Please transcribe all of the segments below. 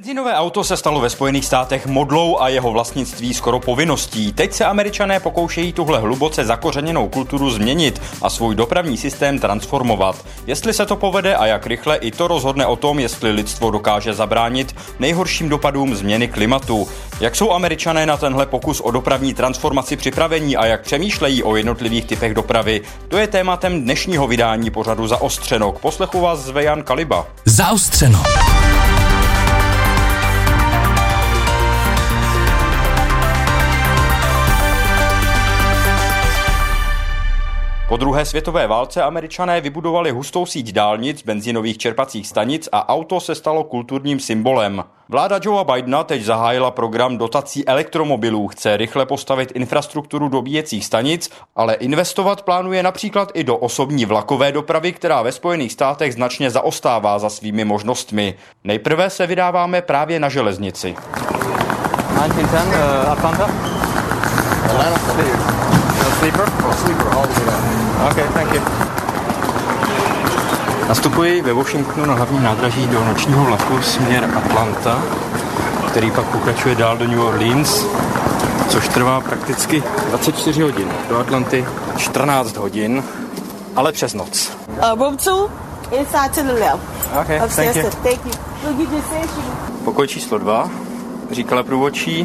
Benzínové auto se stalo ve Spojených státech modlou a jeho vlastnictví skoro povinností. Teď se Američané pokoušejí tuhle hluboce zakořeněnou kulturu změnit a svůj dopravní systém transformovat. Jestli se to povede a jak rychle, i to rozhodne o tom, jestli lidstvo dokáže zabránit nejhorším dopadům změny klimatu. Jak jsou Američané na tenhle pokus o dopravní transformaci připravení a jak přemýšlejí o jednotlivých typech dopravy, to je tématem dnešního vydání pořadu Zaostřeno. K poslechu vás zve Jan Kaliba. Zaostřeno. Po druhé světové válce Američané vybudovali hustou síť dálnic, benzínových čerpacích stanic a auto se stalo kulturním symbolem. Vláda Joea Bidena teď zahájila program dotací elektromobilů, chce rychle postavit infrastrukturu dobíjecích stanic, ale investovat plánuje například i do osobní vlakové dopravy, která ve Spojených státech značně zaostává za svými možnostmi. Nejprve se vydáváme právě na železnici. 1910 Atlanta? Sleeper? Sleeper, all the way down. Okay, thank you. Nastupuji ve Washingtonu na hlavním nádraží do nočního vlaku směr Atlanta, který pak pokračuje dál do New Orleans, což trvá prakticky 24 hodin. Do Atlanty 14 hodin, ale přes noc. Room 2, inside to the left. Okay, Upstairs, thank you. thank you. Look, you just said you... Pokoj číslo 2, říkala průvodčí.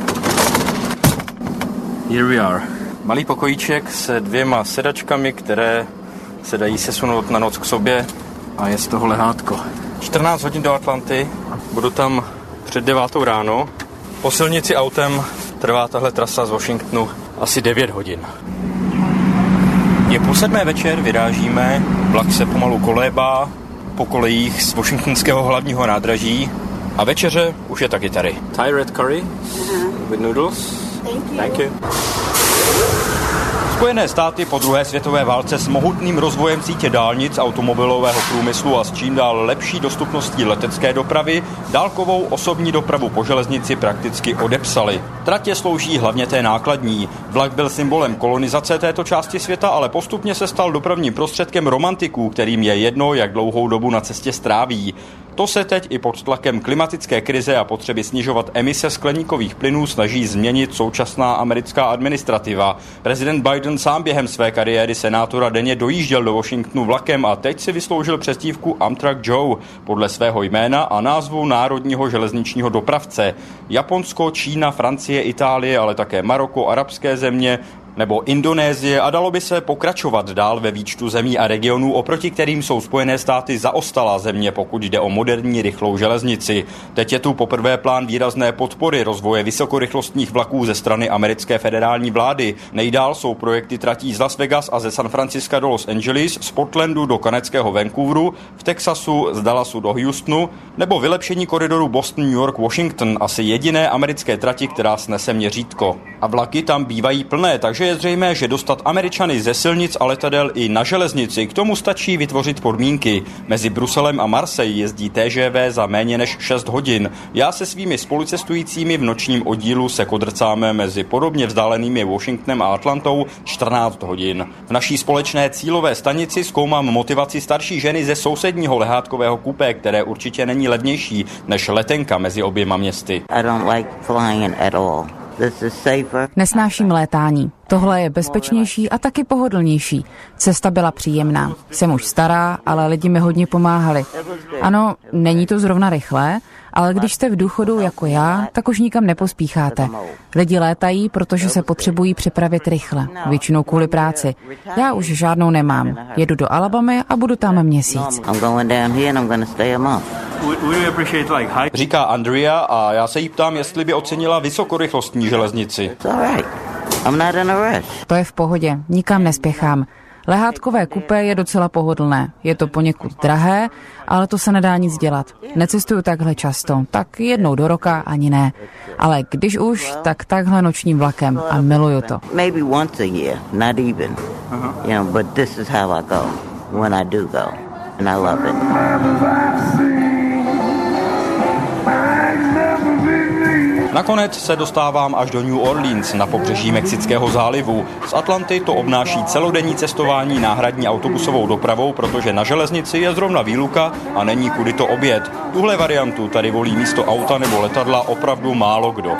Here we are. Malý pokojíček se 2 sedačkami, které se dají sesunout na noc k sobě a je z toho lehátko. 14 hodin do Atlanty, budu tam před 9 ráno. Po silnici autem trvá tahle trasa z Washingtonu asi 9 hodin. Je 6:30 večer, vyrážíme, vlak se pomalu kolébá po kolejích z washingtonského hlavního nádraží a večeře už je taky tady. Thai red curry with noodles. Thank you. Spojené státy po druhé světové válce s mohutným rozvojem sítě dálnic, automobilového průmyslu a s čím dál lepší dostupností letecké dopravy dálkovou osobní dopravu po železnici prakticky odepsali. Tratě slouží hlavně té nákladní. Vlak byl symbolem kolonizace této části světa, ale postupně se stal dopravním prostředkem romantiků, kterým je jedno, jak dlouhou dobu na cestě stráví. To se teď i pod tlakem klimatické krize a potřeby snižovat emise skleníkových plynů snaží změnit současná americká administrativa. Prezident Biden sám během své kariéry senátora denně dojížděl do Washingtonu vlakem a teď si vysloužil přezdívku Amtrak Joe podle svého jména a názvu národního železničního dopravce. Japonsko, Čína, Francie, Itálie, ale také Maroko, arabské země nebo Indonésie a dalo by se pokračovat dál ve výčtu zemí a regionů, oproti kterým jsou Spojené státy zaostalá země, pokud jde o moderní rychlou železnici. Teď je tu poprvé plán výrazné podpory rozvoje vysokorychlostních vlaků ze strany americké federální vlády. Nejdál jsou projekty tratí z Las Vegas a ze San Francisca do Los Angeles, z Portlandu do kanadského Vancouveru, v Texasu z Dallasu do Houstonu, nebo vylepšení koridoru Boston, New York, Washington, asi jediné americké trati, která snese měřítko. A vlaky tam bývají plné, takže je zřejmé, že dostat Američany ze silnic a letadel i na železnici, k tomu stačí vytvořit podmínky. Mezi Bruselem a Marseille jezdí TGV za méně než 6 hodin. Já se svými spolucestujícími v nočním oddílu se kodrcáme mezi podobně vzdálenými Washingtonem a Atlantou 14 hodin. V naší společné cílové stanici zkoumám motivaci starší ženy ze sousedního lehátkového kupé, které určitě není levnější než letenka mezi oběma městy. I don't like flying at all. Nesnáším létání. Tohle je bezpečnější a taky pohodlnější. Cesta byla příjemná. Jsem už stará, ale lidi mi hodně pomáhali. Ano, není to zrovna rychlé, ale když jste v důchodu jako já, tak už nikam nepospícháte. Lidi létají, protože se potřebují připravit rychle, většinou kvůli práci. Já už žádnou nemám. Jedu do Alabamy a budu tam měsíc. Říká Andrea a já se jí ptám, jestli by ocenila vysokorychlostní železnici. To je v pohodě, nikam nespěchám. Lehátkové kupé je docela pohodlné. Je to poněkud drahé, ale to se nedá nic dělat. Necestuju takhle často, tak jednou do roka ani ne. Ale když už, tak takhle nočním vlakem a miluju to. Maybe once a year, not even. You know, but this is how I go when I do go, and I love it. Nakonec se dostávám až do New Orleans na pobřeží Mexického zálivu. Z Atlanty to obnáší celodenní cestování náhradní autobusovou dopravou, protože na železnici je zrovna výluka a není kudy to objet. Tuhle variantu tady volí místo auta nebo letadla opravdu málo kdo.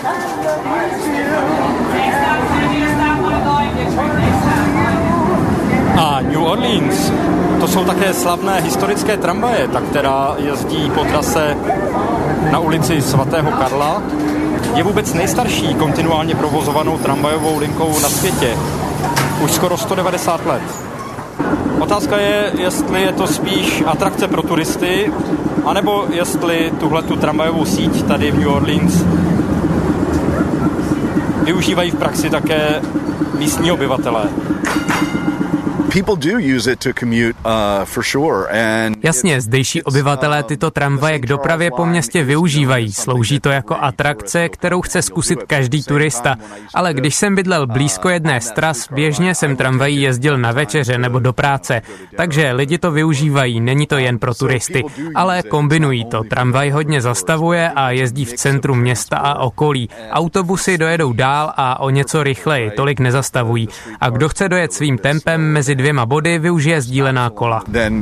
A New Orleans, to jsou také slavné historické tramvaje, ta která jezdí po trase na ulici svatého Karla. Je vůbec nejstarší kontinuálně provozovanou tramvajovou linkou na světě. Už skoro 190 let. Otázka je, jestli je to spíš atrakce pro turisty, anebo jestli tuhletu tramvajovou síť tady v New Orleans využívají v praxi také místní obyvatelé. Jasně, zdejší obyvatelé tyto tramvaje k dopravě po městě využívají. Slouží to jako atrakce, kterou chce zkusit každý turista. Ale když jsem bydlel blízko jedné z tras, běžně jsem tramvají jezdil na večeře nebo do práce. Takže lidi to využívají, není to jen pro turisty. Ale kombinují to. Tramvaj hodně zastavuje a jezdí v centru města a okolí. Autobusy dojedou dál a o něco rychleji, tolik nezastavují. A kdo chce dojet svým tempem mezi dvěma body, využije sdílená kola.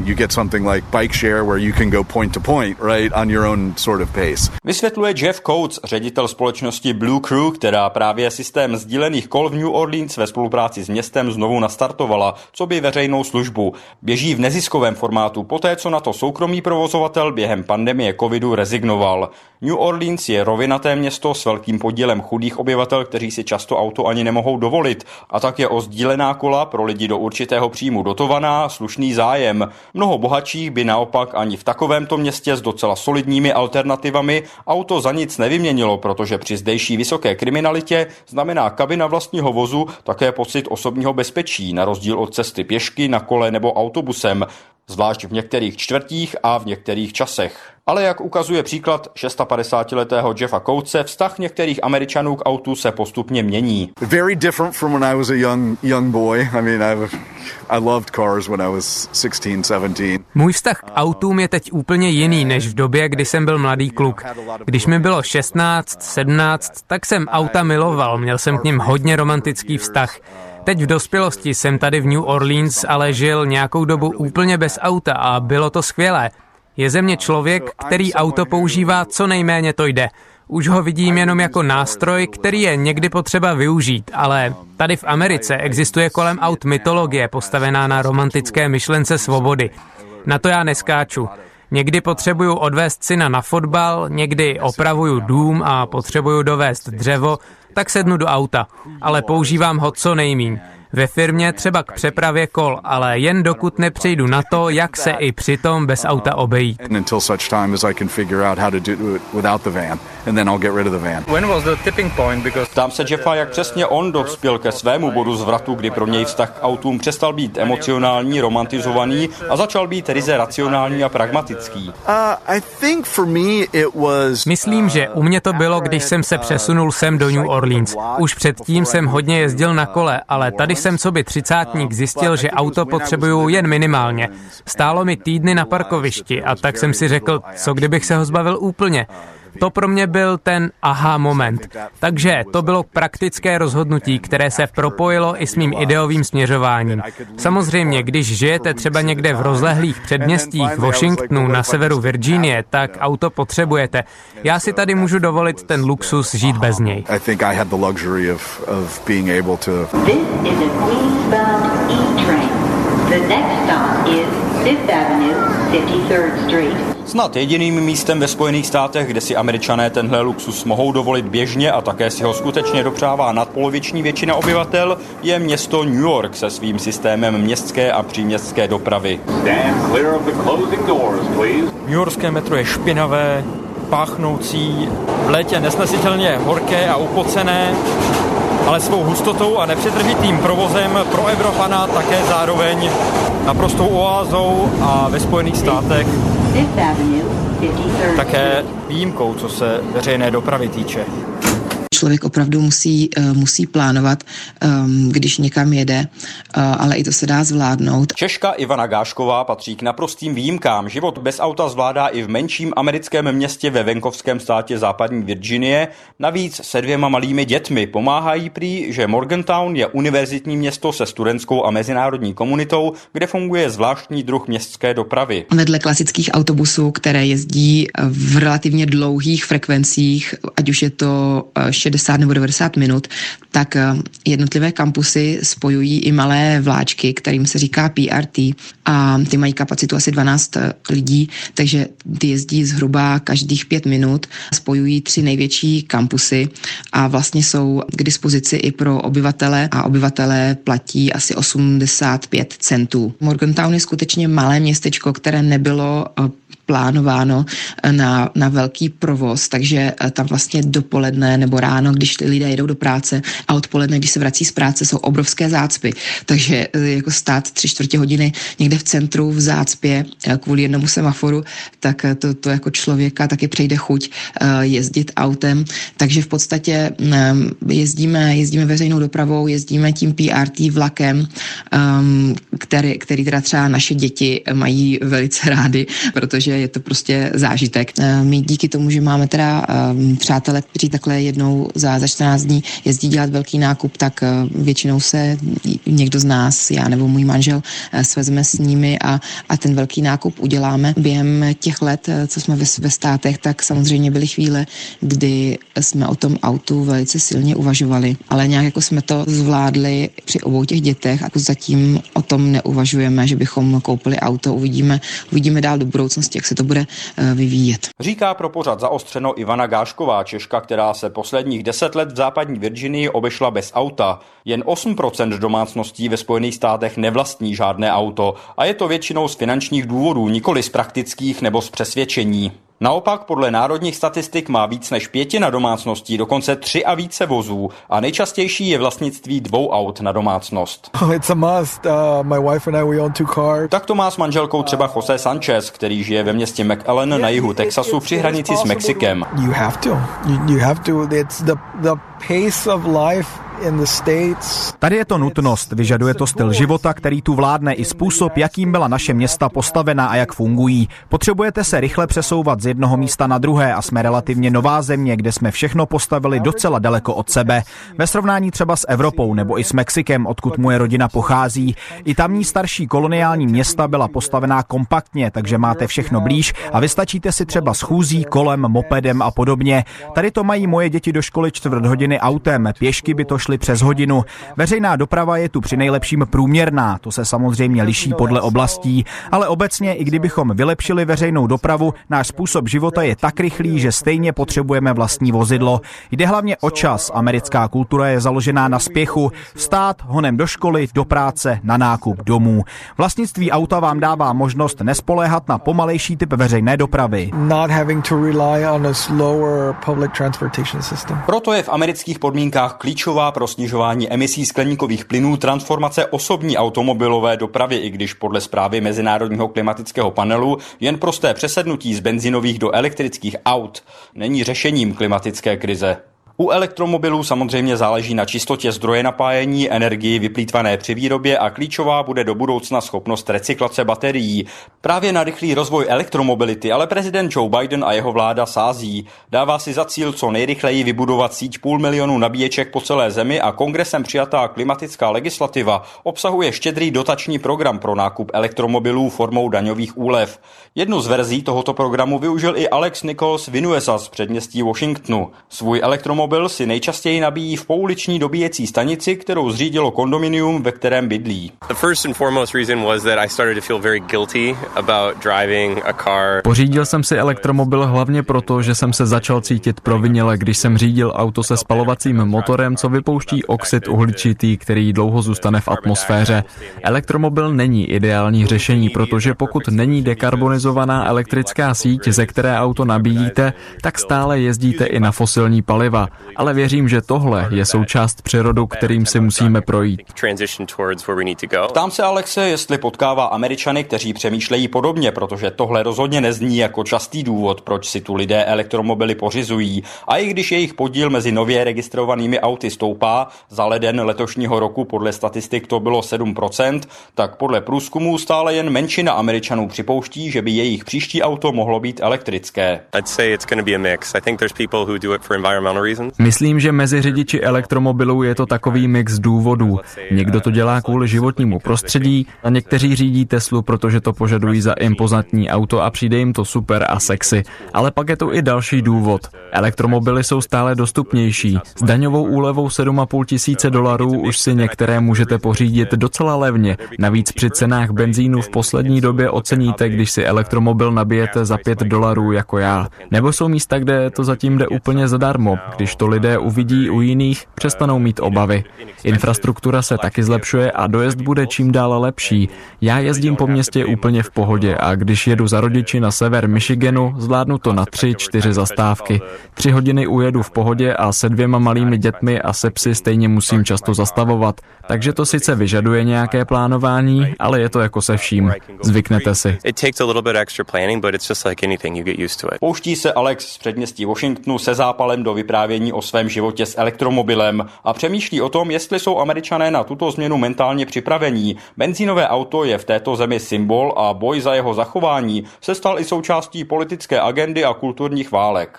Vysvětluje Jeff Coates, ředitel společnosti Blue Crew, která právě systém sdílených kol v New Orleans ve spolupráci s městem znovu nastartovala, coby veřejnou službu. Běží v neziskovém formátu poté, co na to soukromý provozovatel během pandemie covidu rezignoval. New Orleans je rovinaté město s velkým podílem chudých obyvatel, kteří si často auto ani nemohou dovolit, a tak je o sdílená kola pro lidi do určitého příjmu dotovaná slušný zájem. Mnoho bohatších by naopak ani v takovémto městě s docela solidními alternativami auto za nic nevyměnilo, protože při zdejší vysoké kriminalitě znamená kabina vlastního vozu také pocit osobního bezpečí, na rozdíl od cesty pěšky, na kole nebo autobusem, zvlášť v některých čtvrtích a v některých časech. Ale jak ukazuje příklad 56letého Jeffa Coatese, vztah některých Američanů k autu se postupně mění. Very different from when I was a young boy. I mean, I loved cars when I was 16, 17. Můj vztah k autům je teď úplně jiný než v době, kdy jsem byl mladý kluk. Když mi bylo 16, 17, tak jsem auta miloval, měl jsem k nim hodně romantický vztah. Teď v dospělosti jsem tady v New Orleans, ale žil nějakou dobu úplně bez auta a bylo to skvělé. Je ze mě člověk, který auto používá co nejméně to jde. Už ho vidím jenom jako nástroj, který je někdy potřeba využít, ale tady v Americe existuje kolem aut mytologie postavená na romantické myšlence svobody. Na to já neskáču. Někdy potřebuju odvést syna na fotbal, někdy opravuju dům a potřebuju dovést dřevo, tak sednu do auta, ale používám ho co nejmíň. Ve firmě třeba k přepravě kol, ale jen dokud nepřejdu na to, jak se i přitom bez auta obejít. Ptám se Jeffa, jak přesně on dospěl ke svému bodu zvratu, kdy pro něj vztah k autům přestal být emocionální, romantizovaný a začal být ryze racionální a pragmatický. Myslím, že u mě to bylo, když jsem se přesunul sem do New Orleans. Už předtím jsem hodně jezdil na kole, ale tady jsem coby třicátník zjistil, že auto potřebuju jen minimálně. Stálo mi týdny na parkovišti a tak jsem si řekl, co kdybych se ho zbavil úplně. To pro mě byl ten aha moment. Takže to bylo praktické rozhodnutí, které se propojilo i s mým ideovým směřováním. Samozřejmě, když žijete třeba někde v rozlehlých předměstích Washingtonu na severu Virginie, tak auto potřebujete. Já si tady můžu dovolit ten luxus žít bez něj. Snad jediným místem ve Spojených státech, kde si Američané tenhle luxus mohou dovolit běžně a také si ho skutečně dopřává nadpoloviční většina obyvatel, je město New York se svým systémem městské a příměstské dopravy. Newyorské metro je špinavé, páchnoucí, v létě nesnesitelně horké a upocené, ale svou hustotou a nepřetržitým provozem pro Evropana také zároveň naprostou oázou a ve Spojených státech také výjimkou, co se veřejné dopravy týče. člověk opravdu musí plánovat, když někam jede, ale i to se dá zvládnout. Češka Ivana Gášková patří k naprostým výjimkám. Život bez auta zvládá i v menším americkém městě ve venkovském státě západní Virginie. Navíc se 2 malými dětmi pomáhají prý, že Morgantown je univerzitní město se studentskou a mezinárodní komunitou, kde funguje zvláštní druh městské dopravy. Vedle klasických autobusů, které jezdí v relativně dlouhých frekvencích, ať už je to 60 nebo 90 minut, tak jednotlivé kampusy spojují i malé vláčky, kterým se říká PRT, a ty mají kapacitu asi 12 lidí, takže ty jezdí zhruba každých 5 minut, spojují 3 největší kampusy a vlastně jsou k dispozici i pro obyvatele a obyvatelé platí asi 85 centů. Morgantown je skutečně malé městečko, které nebylo plánováno na velký provoz, takže tam vlastně dopoledne nebo ráno, když lidé jedou do práce, a odpoledne, když se vrací z práce, jsou obrovské zácpy. Takže jako stát 3/4 hodiny někde v centru v zácpě kvůli jednomu semaforu, tak to jako člověka taky přejde chuť jezdit autem. Takže v podstatě jezdíme veřejnou dopravou, jezdíme tím PRT vlakem, který teda třeba naše děti mají velice rády, protože je to prostě zážitek. My díky tomu, že máme teda přátele, kteří takhle jednou za 14 dní jezdí dělat velký nákup, tak většinou se někdo z nás, já nebo můj manžel, svezme s nimi a ten velký nákup uděláme. Během těch let, co jsme ve státech, tak samozřejmě byly chvíle, kdy jsme o tom autu velice silně uvažovali, ale nějak jako jsme to zvládli při obou těch dětech a zatím o tom neuvažujeme, že bychom koupili auto. Uvidíme dál do budoucnosti, jak se to bude vyvíjet. Říká pro pořad Zaostřeno Ivana Gášková, Češka, která se posledních 10 let v západní Virginii obešla bez auta. Jen 8% domácností ve Spojených státech nevlastní žádné auto a je to většinou z finančních důvodů, nikoli z praktických nebo z přesvědčení. Naopak podle národních statistik má víc než 1/5 domácností dokonce 3 a více vozů a nejčastější je vlastnictví 2 aut na domácnost. It's a must. My wife and I, we own 2 cars. Tak to má s manželkou třeba Jose Sanchez, který žije ve městě McAllen na jihu Texasu při hranici s Mexikem. You have to. You have to. It's the pace of life. Tady je to nutnost, vyžaduje to styl života, který tu vládne, i způsob, jakým byla naše města postavena a jak fungují. Potřebujete se rychle přesouvat z jednoho místa na druhé a jsme relativně nová země, kde jsme všechno postavili docela daleko od sebe. Ve srovnání třeba s Evropou nebo i s Mexikem, odkud moje rodina pochází. I tamní starší koloniální města byla postavená kompaktně, takže máte všechno blíž a vystačíte si třeba schůzí, kolem, mopedem a podobně. Tady to mají moje děti do školy 1/4 hodiny autem, pěšky by to šly přes hodinu. Veřejná doprava je tu přinejlepším průměrná, to se samozřejmě liší podle oblastí, ale obecně, i kdybychom vylepšili veřejnou dopravu, náš způsob života je tak rychlý, že stejně potřebujeme vlastní vozidlo. Jde hlavně o čas, americká kultura je založená na spěchu, vstát, honem do školy, do práce, na nákup, domů. Vlastnictví auta vám dává možnost nespoléhat na pomalejší typ veřejné dopravy. Proto je v amerických podmínkách klíčová pro snižování emisí skleníkových plynů transformace osobní automobilové dopravy, i když podle zprávy Mezinárodního klimatického panelu jen prosté přesednutí z benzinových do elektrických aut není řešením klimatické krize. U elektromobilů samozřejmě záleží na čistotě zdroje napájení, energii vyplýtvané při výrobě a klíčová bude do budoucna schopnost recyklace baterií. Právě na rychlý rozvoj elektromobility ale prezident Joe Biden a jeho vláda sází. Dává si za cíl co nejrychleji vybudovat síť 500 000 nabíječek po celé zemi a kongresem přijatá klimatická legislativa obsahuje štědrý dotační program pro nákup elektromobilů formou daňových úlev. Jednu z verzí tohoto programu využil i Alex Nichols Vinuesa z předměstí Washingtonu. Svůj elektromobil si nejčastěji nabíjí v pouliční dobíjecí stanici, kterou zřídilo kondominium, ve kterém bydlí. Pořídil jsem si elektromobil hlavně proto, že jsem se začal cítit provinile, když jsem řídil auto se spalovacím motorem, co vypouští oxid uhličitý, který dlouho zůstane v atmosféře. Elektromobil není ideální řešení, protože pokud není dekarbonizovaná elektrická síť, ze které auto nabíjíte, tak stále jezdíte i na fosilní paliva. ale věřím, že tohle je součást přerodu, kterým si musíme projít. Ptám se Alexe, jestli potkává Američany, kteří přemýšlejí podobně, protože tohle rozhodně nezní jako častý důvod, proč si tu lidé elektromobily pořizují. A i když jejich podíl mezi nově registrovanými auty stoupá, za leden letošního roku podle statistik to bylo 7%, tak podle průzkumů stále jen menšina Američanů připouští, že by jejich příští auto mohlo být elektrické. Myslím, že mezi řidiči elektromobilů je to takový mix důvodů. Někdo to dělá kvůli životnímu prostředí a někteří řídí Teslu, protože to požadují za impozantní auto a přijde jim to super a sexy. Ale pak je tu i další důvod. Elektromobily jsou stále dostupnější. S daňovou úlevou $7,500 už si některé můžete pořídit docela levně. Navíc při cenách benzínu v poslední době oceníte, když si elektromobil nabijete za $5 jako já. Nebo jsou místa, kde to zatím jde úplně zadarmo. Když to lidé uvidí u jiných, přestanou mít obavy. Infrastruktura se taky zlepšuje a dojezd bude čím dál lepší. Já jezdím po městě úplně v pohodě a když jedu za rodiči na sever Michiganu, zvládnu to na 3-4 zastávky. 3 hodiny ujedu v pohodě a se 2 malými dětmi a se psy stejně musím často zastavovat. Takže to sice vyžaduje nějaké plánování, ale je to jako se vším. Zvyknete si. Pouští se Alex z předměstí Washingtonu se zápalem do vyprávění o svém životě s elektromobilem a přemýšlí o tom, jestli jsou Američané na tuto změnu mentálně připravení. Benzínové auto je v této zemi symbol a boj za jeho zachování se stal i součástí politické agendy a kulturních válek.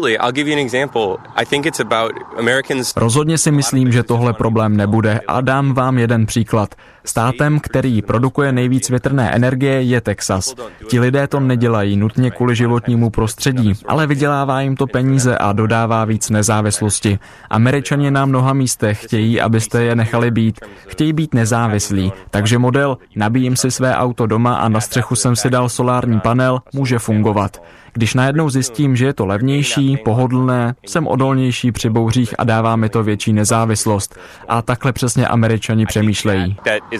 Rozhodně si myslím, že tohle problém nebude a dám vám jeden příklad. Státem, který produkuje nejvíc větrné energie, je Texas. Ti lidé to nedělají nutně kvůli životnímu prostředí, ale vydělává jim to peníze a dodává víc nezávislosti. Američani na mnoha místech chtějí, abyste je nechali být. Chtějí být nezávislí, takže model nabíjím si své auto doma a na střechu jsem si dal solární panel může fungovat. Když najednou zjistím, že je to levnější, pohodlné, jsem odolnější při bouřích a dává mi to větší nezávislost. A takhle přesně Američani přemýšlejí.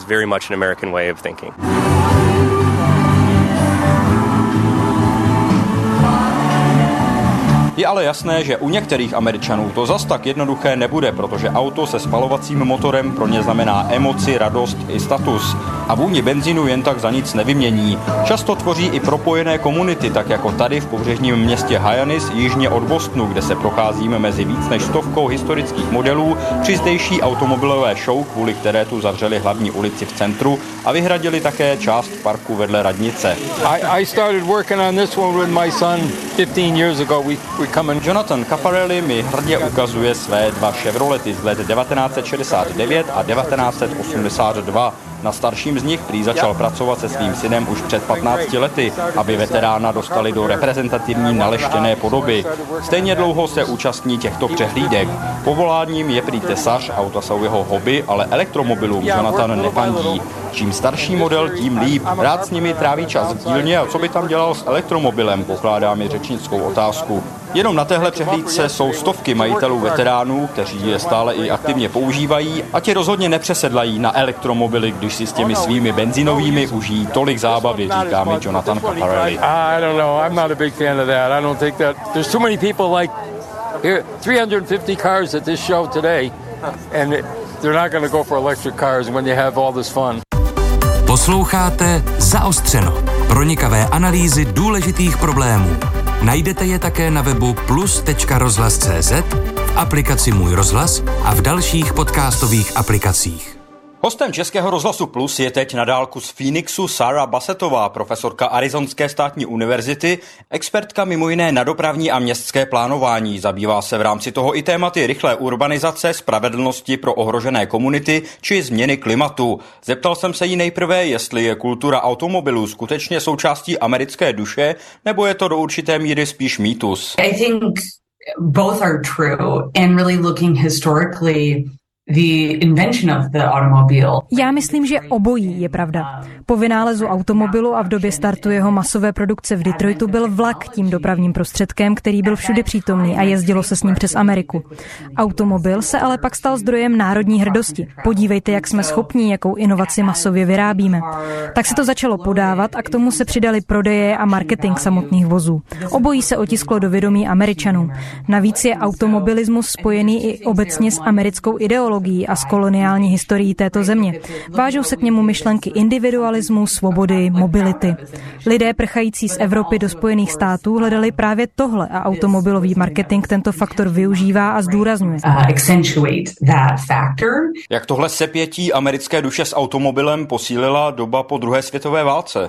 Je ale jasné, že u některých Američanů to zas tak jednoduché nebude, protože auto se spalovacím motorem pro ně znamená emoci, radost i status. A vůni benzínu jen tak za nic nevymění. Často tvoří i propojené komunity, tak jako tady v pobřežním městě Hyannis, jižně od Bostonu, kde se procházíme mezi víc než 100 historických modelů při zdejší automobilové show, kvůli které tu zavřeli hlavní ulici v centru a vyhradili také část parku vedle radnice. I started working on this one with my son 15 years ago. Jonathan Caparelli mi hrdě ukazuje své 2 Chevrolety z let 1969 a 1982. Na starším z nich prý začal pracovat se svým synem už před 15 lety, aby veterána dostali do reprezentativní naleštěné podoby. Stejně dlouho se účastní těchto přehlídek. Povoláním je prý tesař, auta jsou jeho hobby, ale elektromobilům Jonathan nefandí. Čím starší model, tím líp. Rád s nimi tráví čas v dílně a co by tam dělal s elektromobilem, pokládá mi řečnickou otázku. Jenom na téhle přehlídce jsou stovky majitelů veteránů, kteří je stále i aktivně používají a ti rozhodně nepřesedlají na elektromobily, když si s těmi svými benzinovými užijí tolik zábavy, říká mi Jonathan Caparelli. I don't know, I'm not a big fan of that. I don't think that there's too many people like here 350 cars at this show today and they're not going to go for electric cars when they have all this fun. Posloucháte Zaostřeno. Pronikavé analýzy důležitých problémů. Najdete je také na webu plus.rozhlas.cz, v aplikaci Můj rozhlas a v dalších podcastových aplikacích. Hostem Českého rozhlasu Plus je teď na dálku z Phoenixu Sarah Bassettová, profesorka Arizonské státní univerzity, expertka mimo jiné na dopravní a městské plánování. Zabývá se v rámci toho i tématy rychlé urbanizace, spravedlnosti pro ohrožené komunity či změny klimatu. Zeptal jsem se jí nejprve, jestli je kultura automobilů skutečně součástí americké duše, nebo je to do určité míry spíš mýtus. I think both are true and really looking historically Já myslím, že obojí je pravda. Po vynálezu automobilu a v době startu jeho masové produkce v Detroitu byl vlak tím dopravním prostředkem, který byl všude přítomný a jezdilo se s ním přes Ameriku. Automobil se ale pak stal zdrojem národní hrdosti. Podívejte, jak jsme schopní, jakou inovaci masově vyrábíme. Tak se to začalo podávat a k tomu se přidali prodeje a marketing samotných vozů. Obojí se otisklo do vědomí Američanů. Navíc je automobilismus spojený i obecně s americkou ideologií a s koloniální historií této země. Vážou se k němu myšlenky individualismu, svobody, mobility. Lidé prchající z Evropy do Spojených států hledali právě tohle a automobilový marketing tento faktor využívá a zdůrazňuje. Jak tohle sepětí americké duše s automobilem posílila doba po druhé světové válce?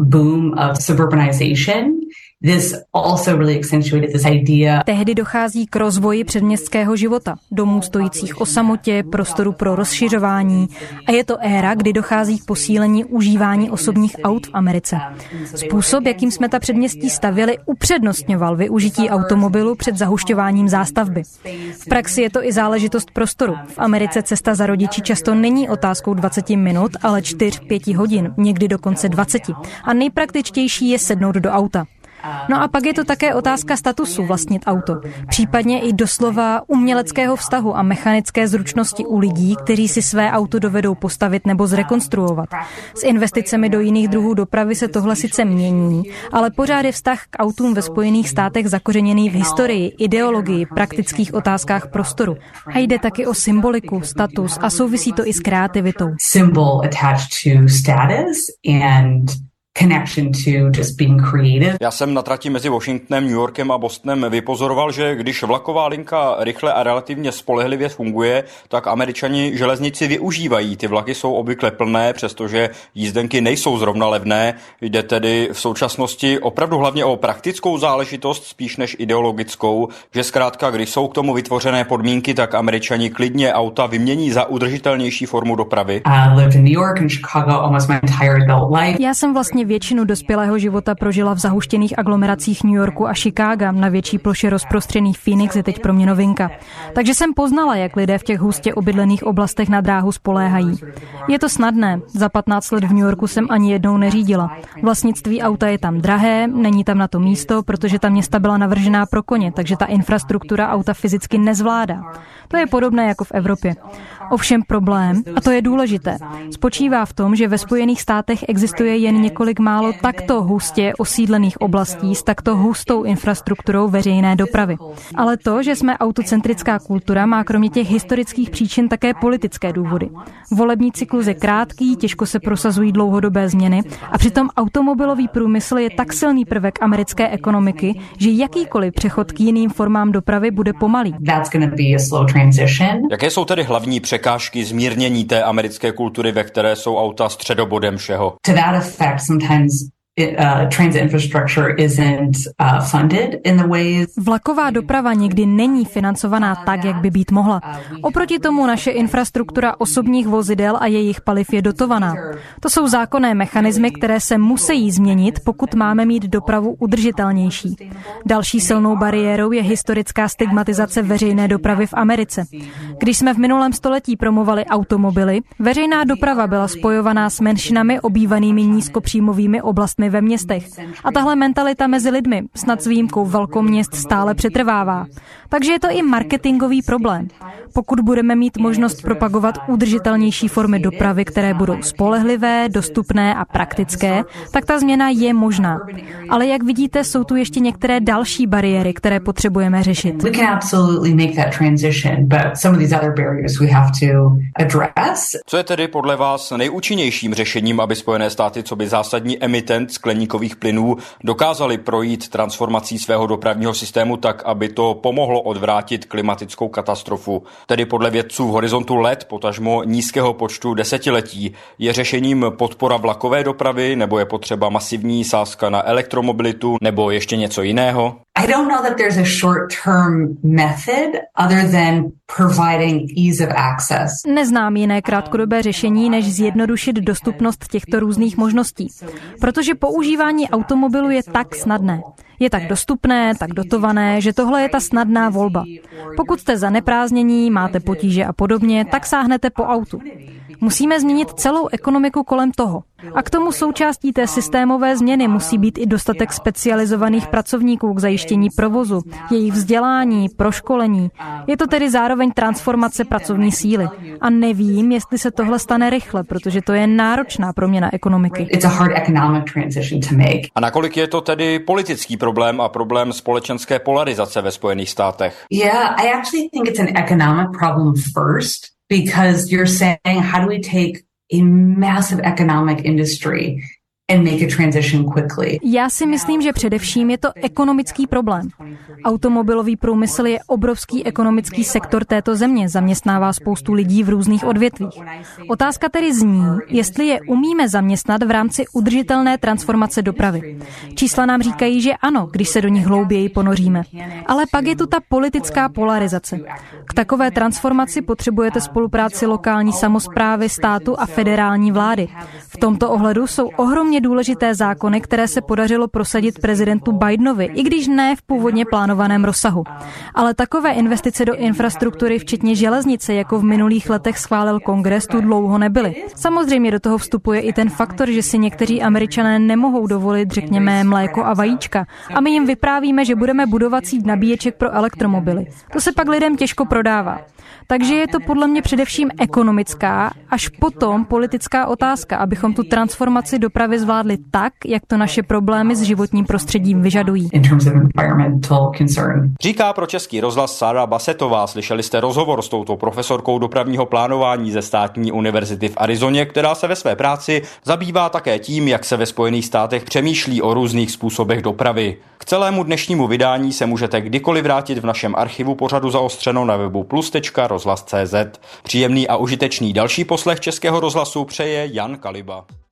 Tehdy dochází k rozvoji předměstského života, domů stojících o samotě, prostoru pro rozšiřování a je to éra, kdy dochází k posílení užívání osobních aut v Americe. Způsob, jakým jsme ta předměstí stavěli, upřednostňoval využití automobilu před zahušťováním zástavby. V praxi je to i záležitost prostoru. V Americe cesta za rodiči často není otázkou 20 minut, ale 4-5 hodin, někdy dokonce 20. A nejpraktičtější je sednout do auta. No a pak je to také otázka statusu vlastnit auto, případně i doslova uměleckého vztahu a mechanické zručnosti u lidí, kteří si své auto dovedou postavit nebo zrekonstruovat. S investicemi do jiných druhů dopravy se tohle sice mění, ale pořád je vztah k autům ve Spojených státech zakořeněný v historii, ideologii, praktických otázkách prostoru. A jde taky o symboliku, status a souvisí to i s kreativitou. Symbol attached to status and connection to just being creative. Já jsem na trati mezi Washingtonem, New Yorkem a Bostonem vypozoroval, že když vlaková linka rychle a relativně spolehlivě funguje, tak Američani železnici využívají. Ty vlaky jsou obvykle plné, přestože jízdenky nejsou zrovna levné. Jde tedy v současnosti opravdu hlavně o praktickou záležitost spíš než ideologickou, že zkrátka, když jsou k tomu vytvořené podmínky, tak Američani klidně auta vymění za udržitelnější formu dopravy. Já jsem vlastně většinu dospělého života prožila v zahuštěných aglomeracích New Yorku a Chicaga. Na větší ploše rozprostřený Phoenix je teď pro mě novinka. Takže jsem poznala, jak lidé v těch hustě obydlených oblastech na dráhu spoléhají. Je to snadné. Za 15 let v New Yorku jsem ani jednou neřídila. Vlastnictví auta je tam drahé, není tam na to místo, protože ta města byla navržená pro koně, takže ta infrastruktura auta fyzicky nezvládá. To je podobné jako v Evropě. Ovšem problém, a to je důležité, spočívá v tom, že ve Spojených státech existuje jen několik málo takto hustě osídlených oblastí s takto hustou infrastrukturou veřejné dopravy. Ale to, že jsme autocentrická kultura, má kromě těch historických příčin také politické důvody. Volební cyklus je krátký, těžko se prosazují dlouhodobé změny a přitom automobilový průmysl je tak silný prvek americké ekonomiky, že jakýkoliv přechod k jiným formám dopravy bude pomalý. Jaké jsou tedy hlavní překážky zmírnění té americké kultury, ve které jsou auta středobodem všeho? To that effect, sometimes transit infrastructure isn't funded in the ways. Vlaková doprava někdy není financovaná tak, jak by být mohla. Oproti tomu naše infrastruktura osobních vozidel a jejich paliv je dotovaná. To jsou zákonné mechanismy, které se musí změnit, pokud máme mít dopravu udržitelnější. Další silnou bariérou je historická stigmatizace veřejné dopravy v Americe. Když jsme v minulém století promovali automobily, veřejná doprava byla spojovaná s menšinami obývanými nízkopříjmovými oblastmi ve městech. A tahle mentalita mezi lidmi, snad s výjimkou velkoměst, stále přetrvává. Takže je to i marketingový problém. Pokud budeme mít možnost propagovat udržitelnější formy dopravy, které budou spolehlivé, dostupné a praktické, tak ta změna je možná. Ale jak vidíte, jsou tu ještě některé další bariéry, které potřebujeme řešit. Co je tedy podle vás nejúčinnějším řešením, aby Spojené státy coby zásadní emitent skleníkových plynů dokázaly projít transformací svého dopravního systému tak, aby to pomohlo odvrátit klimatickou katastrofu? Tedy podle vědců v horizontu let, potažmo nízkého počtu desetiletí, je řešením podpora vlakové dopravy, nebo je potřeba masivní sázka na elektromobilitu, nebo ještě něco jiného? I don't know that there's a short-term method other than providing ease of access. Neznám jiné krátkodobé řešení, než zjednodušit dostupnost těchto různých možností. Protože používání automobilu je tak snadné. Je tak dostupné, tak dotované, že tohle je ta snadná volba. Pokud jste zaneprázdnění, máte potíže a podobně, tak sáhnete po autu. Musíme změnit celou ekonomiku kolem toho. A k tomu součástí té systémové změny musí být i dostatek specializovaných pracovníků k zajištění provozu, jejich vzdělání, proškolení. Je to tedy zároveň transformace pracovní síly. A nevím, jestli se tohle stane rychle, protože to je náročná proměna ekonomiky. A nakolik je to tedy politický problém a problém společenské polarizace ve Spojených státech? Yeah, I actually think it's an economic problem first, because you're saying, how do we take a massive economic industry and make a transition quickly? Já si myslím, že především je to ekonomický problém. Automobilový průmysl je obrovský ekonomický sektor této země, zaměstnává spoustu lidí v různých odvětvích. Otázka tedy zní, jestli je umíme zaměstnat v rámci udržitelné transformace dopravy. Čísla nám říkají, že ano, když se do nich hlouběji ponoříme. Ale pak je tu ta politická polarizace. K takové transformaci potřebujete spolupráci lokální samosprávy, státu a federální vlády. V tomto ohledu jsou ohromně důležité zákony, které se podařilo prosadit prezidentu Bidenovi, i když ne v původně plánovaném rozsahu. Ale takové investice do infrastruktury, včetně železnice, jako v minulých letech schválil Kongres, tu dlouho nebyly. Samozřejmě do toho vstupuje i ten faktor, že si někteří Američané nemohou dovolit, řekněme, mléko a vajíčka. A my jim vyprávíme, že budeme budovat síť nabíječek pro elektromobily. To se pak lidem těžko prodává. Takže je to podle mě především ekonomická, až potom politická otázka, abychom tu transformaci dopravy zvládli tak, jak to naše problémy s životním prostředím vyžadují. Říká pro Český rozhlas Sara Bassettová. Slyšeli jste rozhovor s touto profesorkou dopravního plánování ze Státní univerzity v Arizoně, která se ve své práci zabývá také tím, jak se ve Spojených státech přemýšlí o různých způsobech dopravy. K celému dnešnímu vydání se můžete kdykoliv vrátit v našem archivu pořadu Zaostřeno na webu plus.rozhlas.cz. Příjemný a užitečný další poslech Českého rozhlasu přeje Jan Kaliba.